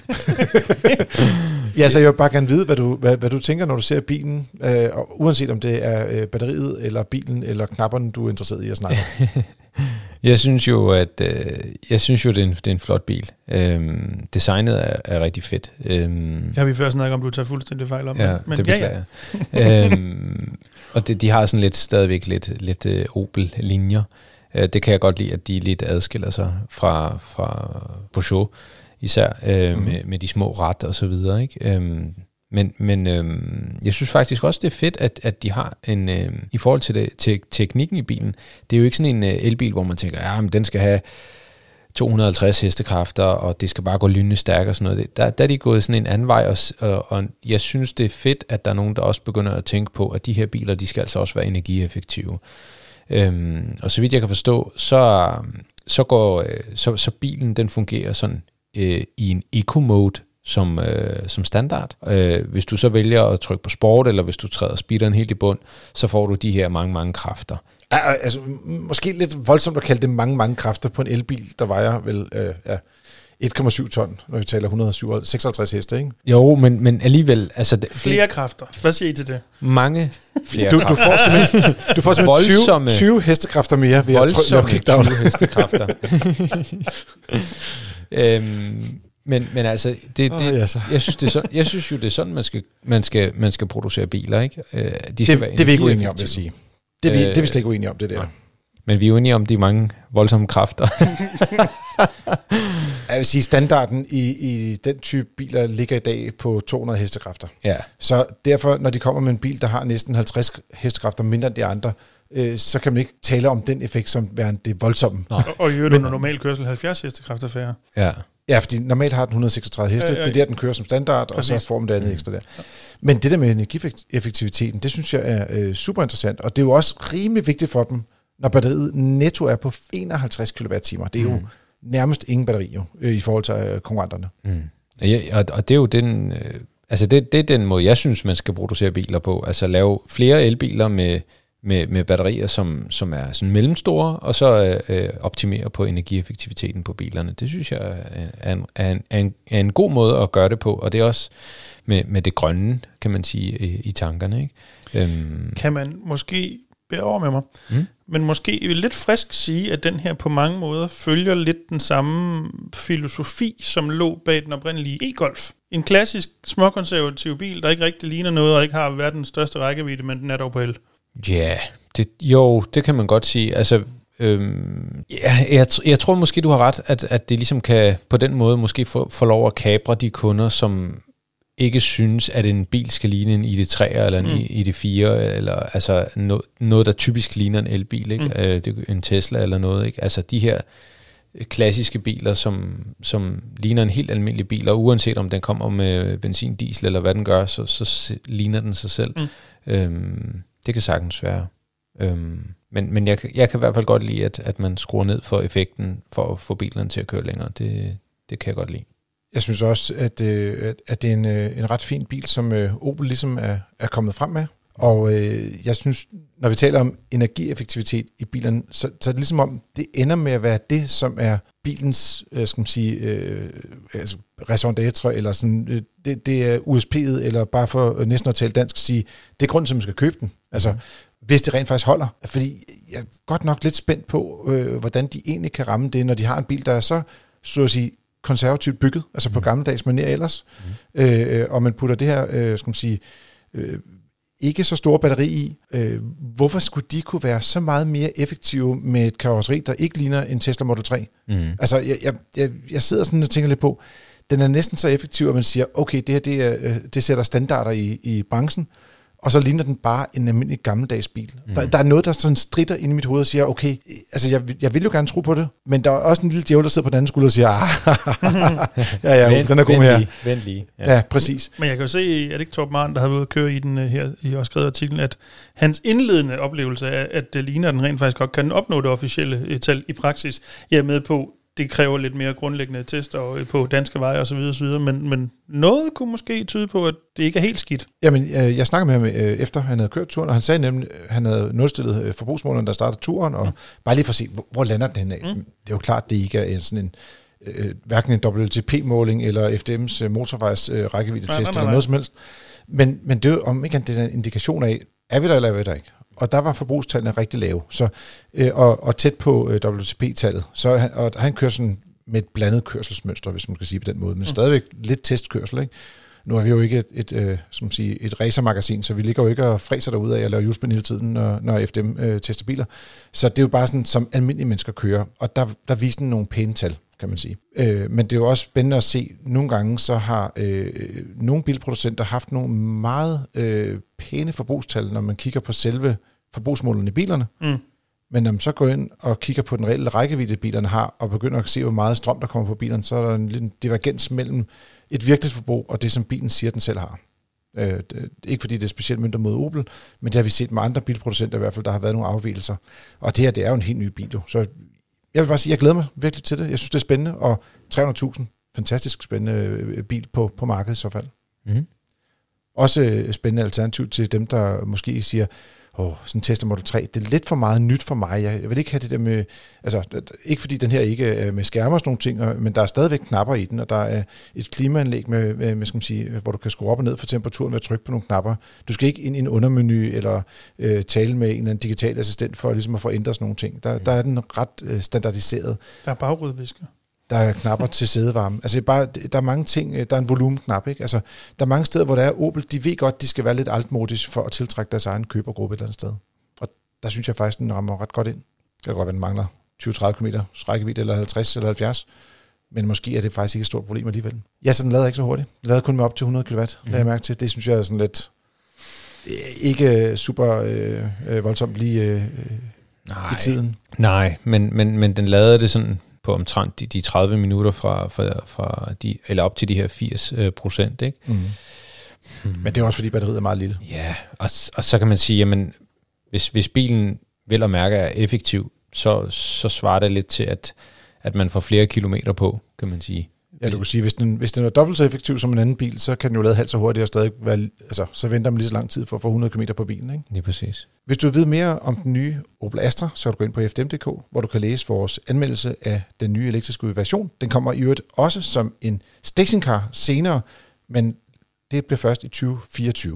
Ja, så jeg vil bare gerne vide, hvad du, hvad, hvad du tænker, når du ser bilen, øh, og uanset om det er øh, batteriet, eller bilen, eller knapperne, du er interesseret i at snakke om. Jeg synes jo, at øh, jeg synes jo, det er en, det er en flot bil. Øhm, designet er, er rigtig fedt. Øhm, det har vi før snakket om, du tager fuldstændig fejl om. Ja, men det ja, beklager jeg. øhm, og det, de har sådan lidt stadigvæk lidt, lidt øh, Opel-linjer. Øh, det kan jeg godt lide, at de lidt adskiller sig fra, fra Peugeot, især øh, mm. med, med de små rat og så videre, ikke? Øhm, Men, men øhm, jeg synes faktisk også, det er fedt, at, at de har en, øh, i forhold til, det, til teknikken i bilen, det er jo ikke sådan en øh, elbil, hvor man tænker, ja, men den skal have to hundrede og halvtreds hestekræfter, og det skal bare gå lynende stærkt og sådan noget. Der, der er de gået sådan en anden vej, og, og, og jeg synes, det er fedt, at der er nogen, der også begynder at tænke på, at de her biler, de skal altså også være energieffektive. Øhm, og så vidt jeg kan forstå, så, så går så, så bilen, den fungerer sådan øh, i en eco-mode, som, øh, som standard. Øh, hvis du så vælger at trykke på sport, eller hvis du træder speederen helt i bund, så får du de her mange, mange kræfter. Altså, måske lidt voldsomt at kalde det mange, mange kræfter på en elbil, der vejer vel øh, ja, et komma syv ton, når vi taler et hundrede og seksoghalvtreds heste, ikke? Jo, men, men alligevel... Altså, det, flere kræfter. Hvad siger I til det? Mange flere du, kræfter. Du får simpelthen, du får simpelthen tyve, tyve hestekræfter mere ved at trykke kickdown. tyve hestekræfter. øhm, Men, men altså, det, det, oh, ja, jeg, synes, det er så, jeg synes jo, det er sådan, man skal, man skal, man skal producere biler, ikke? Øh, de skal det, være det er vi ikke uenige om, vil jeg sige. Det er vi, øh, det er vi slet ikke uenige om, det der. Nej. Men vi er uenige om de mange voldsomme kræfter. Jeg vil sige, standarden i, i den type biler ligger i dag på to hundrede hestekræfter. Ja. Så derfor, når de kommer med en bil, der har næsten halvtreds hestekræfter mindre end de andre, øh, så kan man ikke tale om den effekt som værende det voldsomme. Og, og i øvrigt under normal kørsel halvfjerds hestekræfter færre. Ja. Ja, fordi normalt har den et hundrede og seksogtredive heste, ja, ja, ja. Det er der, den kører som standard, præcis. Og så får man det andet ekstra der. Men det der med energieffektiviteten, det synes jeg er øh, super interessant, og det er jo også rimelig vigtigt for dem, når batteriet netto er på enoghalvtreds kilowatt-timer. Det er jo mm. nærmest ingen batteri jo, øh, i forhold til øh, konkurrenterne. Mm. Ja, og, og det er jo den, øh, altså det, det er den måde, jeg synes, man skal producere biler på. Altså lave flere elbiler med Med, med batterier, som, som er sådan mellemstore, og så øh, optimere på energieffektiviteten på bilerne. Det synes jeg er en, er, en, er, en, er en god måde at gøre det på, og det er også med, med det grønne, kan man sige, i, i tankerne. Ikke? Øhm. Kan man måske, bære over med mig, mm? men måske lidt frisk sige, at den her på mange måder følger lidt den samme filosofi, som lå bag den oprindelige e-Golf. En klassisk småkonservativ bil, der ikke rigtig ligner noget, og ikke har verdens største rækkevidde, men den er dog på el. Ja, yeah, det, jo, det kan man godt sige. Altså, øhm, ja, jeg, jeg tror måske, du har ret, at, at det ligesom kan på den måde måske få, få lov at kapre de kunder, som ikke synes, at en bil skal ligne en I D tre eller en mm. I D fire, eller altså no, noget, der typisk ligner en elbil, ikke? Mm. Øh, det, en Tesla eller noget, ikke? Altså de her klassiske biler, som, som ligner en helt almindelig bil, og uanset om den kommer med benzin, diesel eller hvad den gør, så, så ligner den sig selv. Mm. Øhm, Det kan sagtens være. Øhm, men men jeg, jeg kan i hvert fald godt lide, at, at man skruer ned for effekten, for at få bilerne til at køre længere. Det, det kan jeg godt lide. Jeg synes også, at, at, at det er en, en ret fin bil, som Opel ligesom er, er kommet frem med. Og øh, jeg synes, når vi taler om energieffektivitet i bilerne, så, så er det ligesom om, det ender med at være det, som er bilens, øh, skal man sige, øh, altså raison d'être, eller sådan, øh, det, det er U S P'et, eller bare for øh, næsten at tale dansk, sige, det er grunden til, at man skal købe den. Altså, hvis det rent faktisk holder. Fordi jeg er godt nok lidt spændt på, øh, hvordan de egentlig kan ramme det, når de har en bil, der er så, så at sige, konservativt bygget, altså mm. på gammeldags manér ellers, mm. øh, og man putter det her, øh, skal man sige, øh, ikke så store batteri i. Øh, hvorfor skulle de kunne være så meget mere effektive med et karosseri, der ikke ligner en Tesla Model tre? Mm. Altså, jeg, jeg, jeg, jeg sidder sådan og tænker lidt på, den er næsten så effektiv, at man siger, okay, det her det, er, det sætter standarder i, i branchen, og så ligner den bare en almindelig gammeldags bil. Mm. Der, der er noget, der sådan stritter ind i mit hoved og siger, okay, altså jeg, jeg vil jo gerne tro på det, men der er også en lille djævel, der sidder på den anden skulder og siger, ah, ja, ja, vent, den er god med her. Vent lige. Ja. ja, præcis. Men jeg kan jo se, er det ikke Torben Arn, der har været at køre i den her, i også skrevet artiklen, at hans indledende oplevelse er, at det ligner, at den rent faktisk godt kan opnå det officielle tal i praksis. Jeg er med på, det kræver lidt mere grundlæggende tester på danske veje og så videre, så videre, men, men noget kunne måske tyde på, at det ikke er helt skidt. Jamen, øh, jeg snakkede med ham øh, efter han havde kørt turen, og han sagde nemlig, at han havde nulstillet øh, forbrugsmåleren, der startede turen, og mm. bare lige for at se, hvor, hvor lander den henne af. Mm. Det er jo klart, det ikke er en, sådan en, øh, hverken en W L T P-måling eller F D M's øh, motorvejs øh, rækkevidde-test eller noget som helst. Men, men det er jo om ikke det er en indikation af, er vi der eller er vi der ikke? og der var forbrugstallene rigtig lave, så, øh, og, og tæt på øh, W T P-tallet. Så han, og han kører sådan med et blandet kørselsmønster, hvis man skal sige på den måde, men mm. stadigvæk lidt testkørsel, ikke? Nu er vi jo ikke et, et, øh, som sige, et racermagasin, så vi ligger jo ikke og fræser derud af at lave hjulspænd hele tiden, når, når F D M øh, tester biler. Så det er jo bare sådan, som almindelige mennesker kører, og der, der viser den nogle pæne tal, kan man sige. Øh, men det er jo også spændende at se, nogle gange så har øh, nogle bilproducenter haft nogle meget øh, pæne forbrugstal, når man kigger på selve forbrugsmålene i bilerne. Mm. Men når man så går ind og kigger på den reelle rækkevidde, bilerne har, og begynder at se, hvor meget strøm, der kommer på bilerne, så er der en lille divergens mellem et virkeligt forbrug og det, som bilen siger, den selv har. Øh, det, ikke fordi det er specielt møntet mod Opel, men det har vi set med andre bilproducenter i hvert fald, der har været nogle afvigelser. Og det her, det er jo en helt ny bil. Så jeg vil bare sige, jeg glæder mig virkelig til det. Jeg synes, det er spændende, og tre hundrede tusind, fantastisk spændende bil på, på markedet i så fald. Mm. Også et spændende alternativ til dem, der måske siger, åh, oh, sådan en Tesla Model tre, det er lidt for meget nyt for mig. Jeg vil ikke have det der med, altså ikke fordi den her ikke er med skærmer og sådan nogle ting, men der er stadigvæk knapper i den, og der er et klimaanlæg med, med, med skal man sige, hvor du kan skrue op og ned for temperaturen ved at trykke på nogle knapper. Du skal ikke ind i en undermenu eller øh, tale med en eller anden digital assistent for ligesom at få ændret sådan nogle ting. Der, der er den ret øh, standardiseret. Der er bagrudvisker. Der er knapper til sædevarme. Altså bare, der er mange ting, der er en volumenknap, ikke? Altså, der er mange steder, hvor der er Opel, de ved godt, de skal være lidt altmodisk for at tiltrække deres egen købergruppe et eller andet sted. Og der synes jeg faktisk, den rammer ret godt ind. Det kan godt være, den mangler tyve til tredive kilometer rækkevidde, eller halvtreds eller halvfjerds. Men måske er det faktisk ikke et stort problem alligevel. Ja, så den lader ikke så hurtigt. Den lader kun med op til hundrede kilowatt, mm. lader jeg mærke til. Det synes jeg er sådan lidt ikke super øh, øh, voldsomt lige øh, nej, i tiden. Nej, men, men, men den lavede det sådan på omtrent de, de tredive minutter fra, fra, fra de, eller op til de her firs procent, ikke? Mm. Hmm. Men det er også fordi batteriet er meget lille. Ja, og, og så kan man sige, jamen, hvis, hvis bilen vel at mærke er effektiv, så, så svarer det lidt til, at, at man får flere kilometer på, kan man sige. Ja, du kan sige, hvis den, hvis den er dobbelt så effektiv som en anden bil, så kan den jo lade halvt så hurtigt og stadig være, altså, så venter man lige så lang tid for at få hundrede kilometer på bilen, ikke? Lige præcis. Hvis du vil vide mere om den nye Opel Astra, så kan du gå ind på f d m punktum d k, hvor du kan læse vores anmeldelse af den nye elektriske version. Den kommer i øvrigt også som en stationcar senere, men det bliver først i tyve fireogtyve.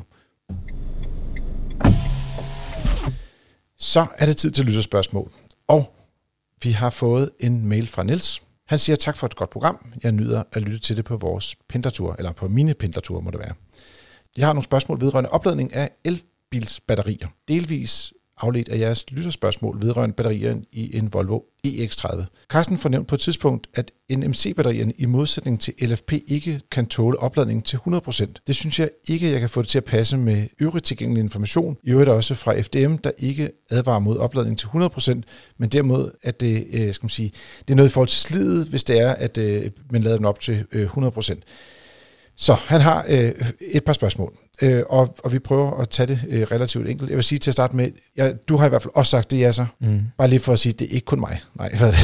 Så er det tid til lytterspørgsmål. Og vi har fået en mail fra Niels. Han siger tak for et godt program. Jeg nyder at lytte til det på vores pendlertur, eller på mine pendlerture må det være. Jeg har nogle spørgsmål vedrørende opladning af elbilsbatterier. Delvis afledt af jeres lytterspørgsmål vedrørende batterier i en Volvo E X tredive. Carsten fornævnte på et tidspunkt, at N M C-batterierne i modsætning til L F P ikke kan tåle opladning til hundrede procent. Det synes jeg ikke, jeg kan få det til at passe med øvrig tilgængelig information. I øvrigt også fra F D M, der ikke advarer mod opladning til hundrede procent, men derimod, at det, øh, skal man sige, det er noget i forhold til slidet, hvis det er, at øh, man lader den op til øh, hundrede procent. Så han har øh, et par spørgsmål, øh, og, og vi prøver at tage det øh, relativt enkelt. Jeg vil sige til at starte med, ja, du har i hvert fald også sagt det, Jasser. Mm. Bare lige for at sige, det er ikke kun mig. Nej, hvad er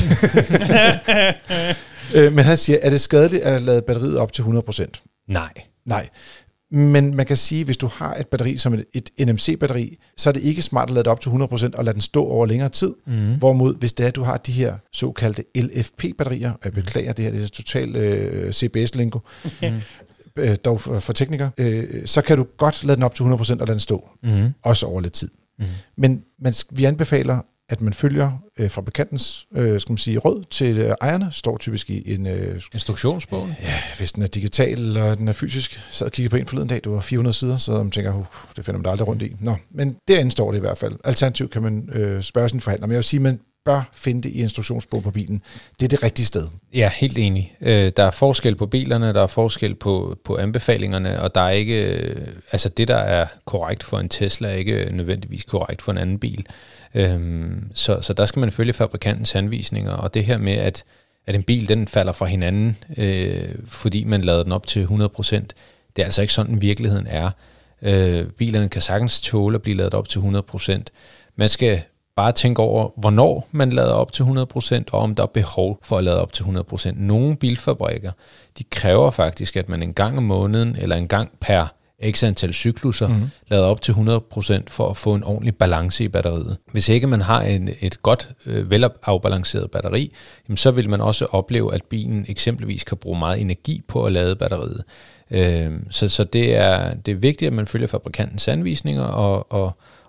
det? øh, men han siger, er det skadeligt at lade batteriet op til hundrede procent? Nej. Nej. Men man kan sige, hvis du har et batteri som et, et N M C-batteri, så er det ikke smart at lade det op til hundrede procent og lade den stå over længere tid. Mm. Hvorimod, hvis det er, at du har de her såkaldte L F P-batterier, og jeg beklager det her, det er totalt øh, C B S-lingo, mm. dog for, for teknikere, øh, så kan du godt lade den op til hundrede procent og lade den stå. Mm. Også over lidt tid. Mm. Men man, vi anbefaler, at man følger øh, fabrikantens øh, skal man sige, råd til øh, ejerne. Står typisk i en øh, instruktionsbog. Ja, hvis den er digital eller den er fysisk. Jeg sad og kiggede på en forleden dag, det var fire hundrede sider, så man tænker, uh, det finder man da aldrig rundt i. Nå, men derinde står det i hvert fald. Alternativt kan man øh, spørge sin forhandler. Men jeg vil sige, man bør finde det i instruktionsbogen på bilen. Det er det rigtige sted. Ja, helt enig. Øh, der er forskel på bilerne, der er forskel på, på anbefalingerne, og der er ikke, øh, altså det, der er korrekt for en Tesla, er ikke nødvendigvis korrekt for en anden bil. Øhm, så, så der skal man følge fabrikantens anvisninger, og det her med, at, at en bil, den falder fra hinanden, øh, fordi man lader den op til hundrede procent, det er altså ikke sådan, virkeligheden er. Øh, bilerne kan sagtens tåle at blive ladet op til hundrede procent. Man skal bare tænke over, hvornår man lader op til hundrede procent, og om der er behov for at lade op til hundrede procent. Nogle bilfabrikker, de kræver faktisk, at man en gang om måneden, eller en gang per x antal cykluser, mm-hmm. lader op til hundrede procent for at få en ordentlig balance i batteriet. Hvis ikke man har en, et godt, øh, velafbalanceret batteri, jamen, så vil man også opleve, at bilen eksempelvis kan bruge meget energi på at lade batteriet. Øh, så så det, er, det er vigtigt, at man følger fabrikantens anvisninger, og, og,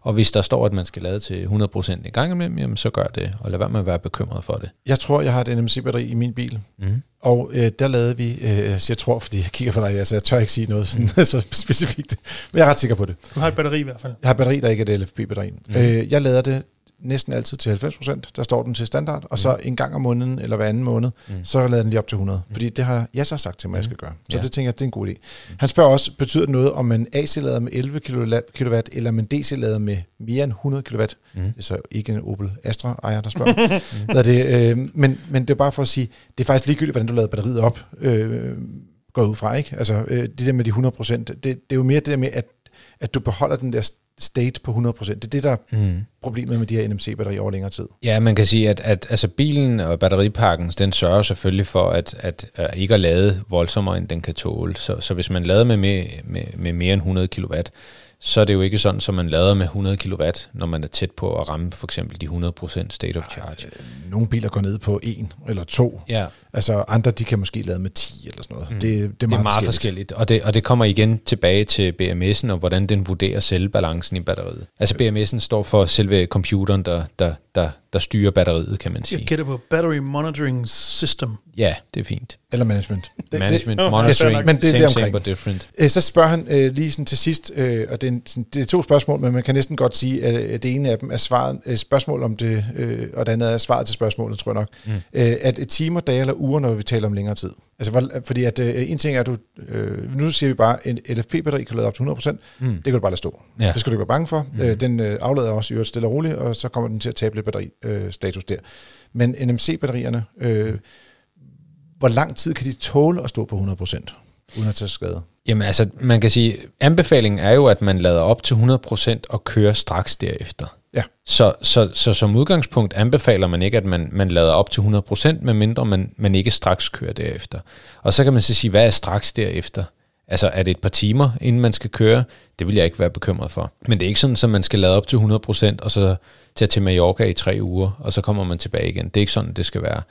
Og hvis der står, at man skal lade til hundrede procent i gang imellem, jamen, så gør det, og lad være med at være bekymret for det. Jeg tror, jeg har et N M C-batteri i min bil, mm. og øh, der lavede vi, øh, jeg tror, fordi jeg kigger på dig, altså jeg tør ikke sige noget sådan, mm. så specifikt, men jeg er ret sikker på det. Du har et batteri i hvert fald. Jeg har et batteri, der ikke er et L F P-batteri. Mm. Øh, jeg lader det næsten altid til halvfems procent, der står den til standard, og mm. så en gang om måneden, eller hver anden måned, mm. så lader den lige op til hundrede. Mm. Fordi det har jeg så sagt til mig, jeg skal gøre. Så ja. det tænker jeg, det er en god idé. Mm. Han spørger også, betyder det noget, om man A C-lader med elleve kilowatt, eller man D C-lader med mere end hundrede kilowatt? Mm. Det er så ikke en Opel Astra-ejer, der spørger. mm. det, øh, men, men det er bare for at sige, det er faktisk ligegyldigt, hvordan du lader batteriet op, øh, går ud fra, ikke? Altså, øh, det der med de hundrede procent, det, det er jo mere det der med, at, at du beholder den der state på hundrede procent. Det er det, der er mm. problemet med de her N M C-batterier over længere tid. Ja, man kan sige, at, at altså bilen og batteripakken, den sørger selvfølgelig for, at, at, at ikke at lade voldsommere, end den kan tåle. Så, så hvis man lader med, med, med, med mere end hundrede kilowatt, så er det jo ikke sådan, at man lader med hundrede kilowatt, når man er tæt på at ramme for eksempel de hundrede procent state of charge. Nogle biler går ned på en eller to. Ja. Altså andre, de kan måske lade med ti eller sådan noget. Mm. Det, det er meget, det er meget forskelligt. forskelligt. Og, det, og det kommer igen tilbage til B M S'en, og hvordan den vurderer cellebalancen i batteriet. Altså B M S'en står for selve computeren, der, der, der, der styrer batteriet, kan man sige. Jeg gætter på Battery Monitoring System. Ja, det er fint. Eller management. Management, det, monitoring, yes, men det, same, det er same but different. Så spørger han øh, lige sådan til sidst, øh, og det er, en, det er to spørgsmål, men man kan næsten godt sige, at det ene af dem er svaret, øh, spørgsmål om det, øh, og det andet er svaret til spørgsmålet, tror jeg nok. Mm. Øh, at et timer, dage eller uger, når vi taler om længere tid. Altså, fordi at øh, en ting er, at du, øh, nu siger vi bare, en L F P-batteri kan lade op til hundrede procent, mm. det kan du bare lade stå. Ja. Det skal du ikke være bange for. Mm. Øh, den øh, aflader også i øvrigt stille og roligt, og så kommer den til at tabe lidt batteri-status øh, der. Men N M C-batterierne, øh, hvor lang tid kan de tåle at stå på hundrede procent, uden at tage skade? Jamen altså, man kan sige, anbefalingen er jo, at man lader op til hundrede procent og kører straks derefter. Ja. Så, så, så som udgangspunkt anbefaler man ikke, at man, man lader op til hundrede procent, medmindre man, man ikke straks kører derefter. Og så kan man så sige, hvad er straks derefter? Altså, er det et par timer, inden man skal køre? Det vil jeg ikke være bekymret for. Men det er ikke sådan, at man skal lade op til hundrede procent, og så tage til Mallorca i tre uger, og så kommer man tilbage igen. Det er ikke sådan, det skal være.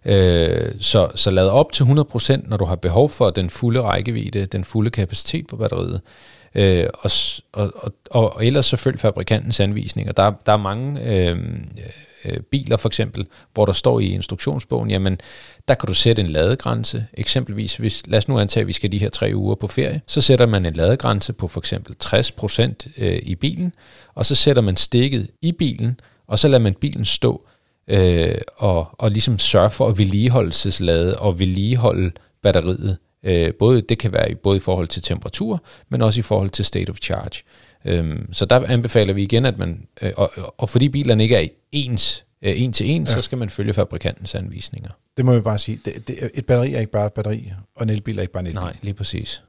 Øh, så, så lad op til hundrede procent, når du har behov for den fulde rækkevidde, den fulde kapacitet på batteriet. Øh, og, og, og, og ellers så følg fabrikantens anvisninger. Der, der er mange øh, øh, biler for eksempel, hvor der står i instruktionsbogen, jamen der kan du sætte en ladegrænse. Eksempelvis, hvis, lad os nu antage, at vi skal de her tre uger på ferie, så sætter man en ladegrænse på for eksempel tres procent øh, i bilen, og så sætter man stikket i bilen, og så lader man bilen stå øh, og, og ligesom sørge for at vedligeholdelseslade og vedligeholde batteriet. Øh, både, det kan være både i forhold til temperatur, men også i forhold til state of charge. Øhm, så der anbefaler vi igen, at man, øh, og, og fordi bilerne ikke er ens, øh, en til en, ja. Så skal man følge fabrikantens anvisninger. Det må vi bare sige. Det, det, et batteri er ikke bare et batteri, og en elbil er ikke bare en elbil. Nej, lige præcis.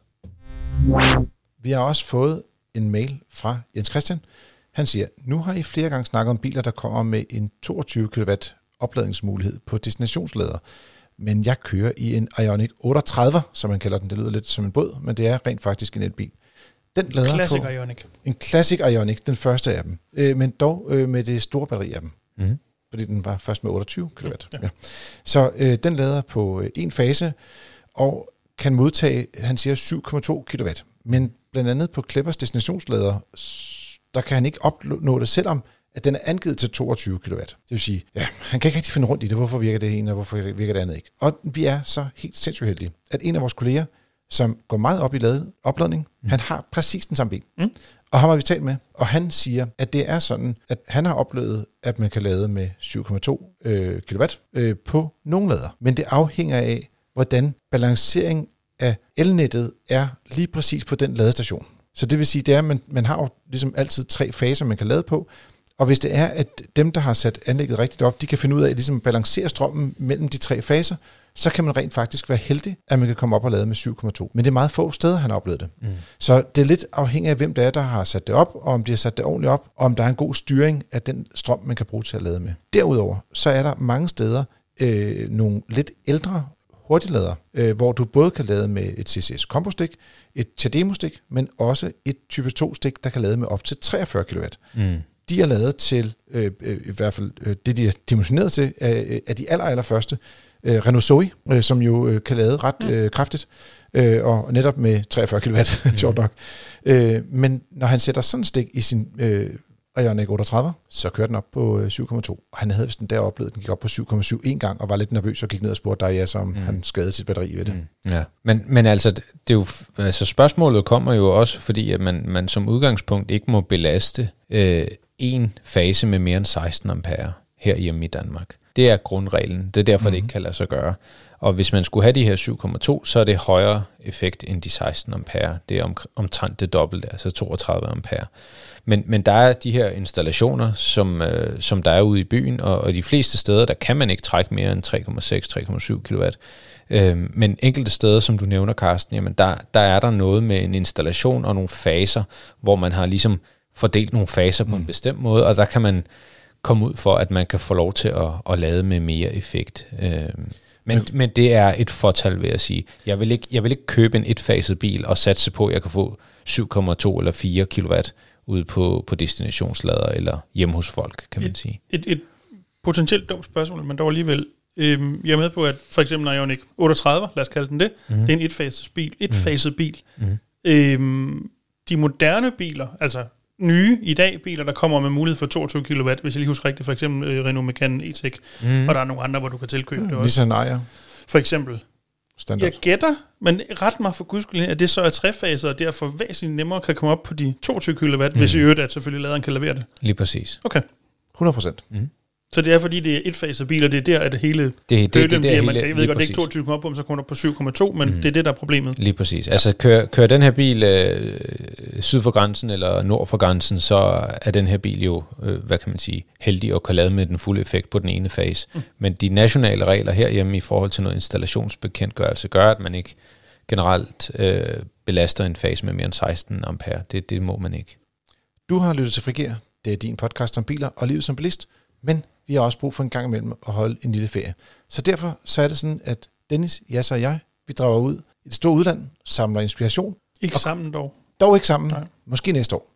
Vi har også fået en mail fra Jens Christian. Han siger, nu har I flere gange snakket om biler, der kommer med en toogtyve kilowatt opladningsmulighed på destinationslader. Men jeg kører i en Ioniq otteogtredive, som man kalder den. Det lyder lidt som en båd, men det er rent faktisk en elbil. Den lader Classic på Ioniq. En Classic Ioniq, den første af dem. Øh, men dog øh, med det store batteri af dem. Mm. Fordi den var først med otteogtyve kilowatt. Ja. Ja. Så øh, den lader på øh, en fase, og kan modtage, han siger, syv komma to kilowatt. Men blandt andet på Clevers destinationslader, der kan han ikke opnå det, selvom at den er angivet til toogtyve kilowatt. Det vil sige, ja, han kan ikke rigtig finde rundt i det. Hvorfor virker det ene, og hvorfor virker det andet ikke? Og vi er så helt sindssygt heldige, at en af vores kolleger, som går meget op i lade, opladning, mm. han har præcis den samme bil. Mm. Og ham har vi talt med, og han siger, at det er sådan, at han har oplevet, at man kan lade med syv komma to øh, kilowatt øh, på nogle lader. Men det afhænger af, hvordan balancering af elnettet er lige præcis på den ladestation. Så det vil sige, det er, at man, man har jo ligesom altid tre faser, man kan lade på. Og hvis det er, at dem, der har sat anlægget rigtigt op, de kan finde ud af at ligesom balancere strømmen mellem de tre faser, så kan man rent faktisk være heldig, at man kan komme op og lade med syv komma to. Men det er meget få steder, han har oplevet det. Mm. Så det er lidt afhængigt af, hvem det er, der har sat det op, og om de har sat det ordentligt op, og om der er en god styring af den strøm, man kan bruge til at lade med. Derudover, så er der mange steder øh, nogle lidt ældre hurtiglader, øh, hvor du både kan lade med et C C S-kombo-stik, et CHAdeMO-stik, men også et type to-stik, der kan lade med op til treogfyrre kilowatt. Mm. De er lavet til, øh, øh, i hvert fald øh, det, de er dimensioneret til, øh, er de aller, aller første. Øh, Renault Zoe, øh, som jo øh, kan lade ret øh, kraftigt, øh, og netop med treogfyrre kilowatt, sjovt nok. Øh, men når han sætter sådan en stik i sin øh, og Ioniq otteogtredive, så kørte den op på syv komma to. Og han havde vist den der oplevet, at den gik op på syv komma syv en gang, og var lidt nervøs og gik ned og spurgte dig, ja, som mm. han skadede sit batteri ved det. Mm. Ja, men, men altså, det er jo, altså, spørgsmålet kommer jo også, fordi at man, man som udgangspunkt ikke må belaste øh, en fase med mere end seksten ampere herhjemme i Danmark. Det er grundreglen. Det er derfor, mm. det ikke kan lade sig gøre. Og hvis man skulle have de her syv komma to, så er det højere effekt end de seksten ampere. Det er om, omtrent det dobbelte, altså toogtredive ampere. Men, men der er de her installationer, som, øh, som der er ude i byen, og, og de fleste steder, der kan man ikke trække mere end tre komma seks til tre komma syv kilowatt. Øh, men enkelte steder, som du nævner, Carsten, jamen der, der er der noget med en installation og nogle faser, hvor man har ligesom fordelt nogle faser på mm. en bestemt måde, og der kan man komme ud for, at man kan få lov til at, at lade med mere effekt. Øh, men, okay. men det er et fortal, vil jeg sige. Jeg vil ikke, jeg vil ikke købe en etfaset bil og satse på, at jeg kan få syv komma to eller fire kilowatt ude på, på destinationslader eller hjemme hos folk, kan man et, sige. Et, et potentielt dumt spørgsmål, men dog alligevel. Øhm, jeg er med på, at for eksempel Ioniq otteogtredive, lad os kalde den det, mm. det er en etfaset bil. Etfaset bil. Mm. Øhm, de moderne biler, altså nye i dag biler, der kommer med mulighed for toogtyve kilowatt, hvis jeg lige husker rigtigt, for eksempel øh, Renault Megane E-Tech, mm. og der er nogle andre, hvor du kan tilkøbe mm. det også. Nissan Ariya. For eksempel. Standard. Jeg gætter, men ret mig for guds skyld, at det så er trefaset, og derfor væsentligt nemmere kan komme op på de toogtyve kilowatt, mm. hvis i øvrigt, at selvfølgelig laderen kan levere det. Lige præcis. Okay. hundrede procent. Mm. Så det er fordi, det er etfaset biler, det er der, at det hele... Det, det, det, det, det er man, hele, jeg ved godt, det er ikke toogtyve kommer op på, så kommer det op på syv komma to, men mm. det er det, der er problemet. Lige præcis. Altså, kører, kører den her bil øh, syd for grænsen eller nord for grænsen, så er den her bil jo, øh, hvad kan man sige, heldig at kan lade med den fulde effekt på den ene fase. Mm. Men de nationale regler herhjemme i forhold til noget installationsbekendtgørelse gør, at man ikke generelt øh, belaster en fase med mere end seksten ampere. Det, det må man ikke. Du har lyttet til Frigir. Det er din podcast om biler og livet som bilist, men vi har også brug for en gang imellem at holde en lille ferie. Så derfor så er det sådan, at Dennis, Jas og jeg, vi drager ud i det store udland, samler inspiration. Ikke sammen dog. Dog ikke sammen. Nej. Måske næste år.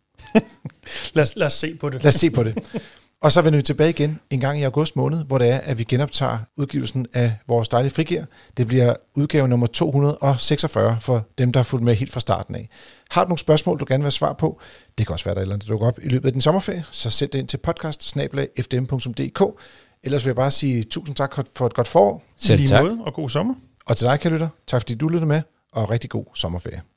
lad, os, lad os se på det. Lad os se på det. Og så vender vi tilbage igen en gang i august måned, hvor det er, at vi genoptager udgivelsen af vores dejlige Frigir. Det bliver udgave nummer to hundrede og seksogfyrre for dem, der har fulgt med helt fra starten af. Har du nogle spørgsmål, du gerne vil have svar på? Det kan også være, der er et eller andet, der dukker op i løbet af din sommerferie. Så send det ind til podcast snabel-a f d m punktum d k. Ellers vil jeg bare sige tusind tak for et godt forår. Selv tak. Og god sommer. Og til dig, kære lytter, tak fordi du lyttede med, og rigtig god sommerferie.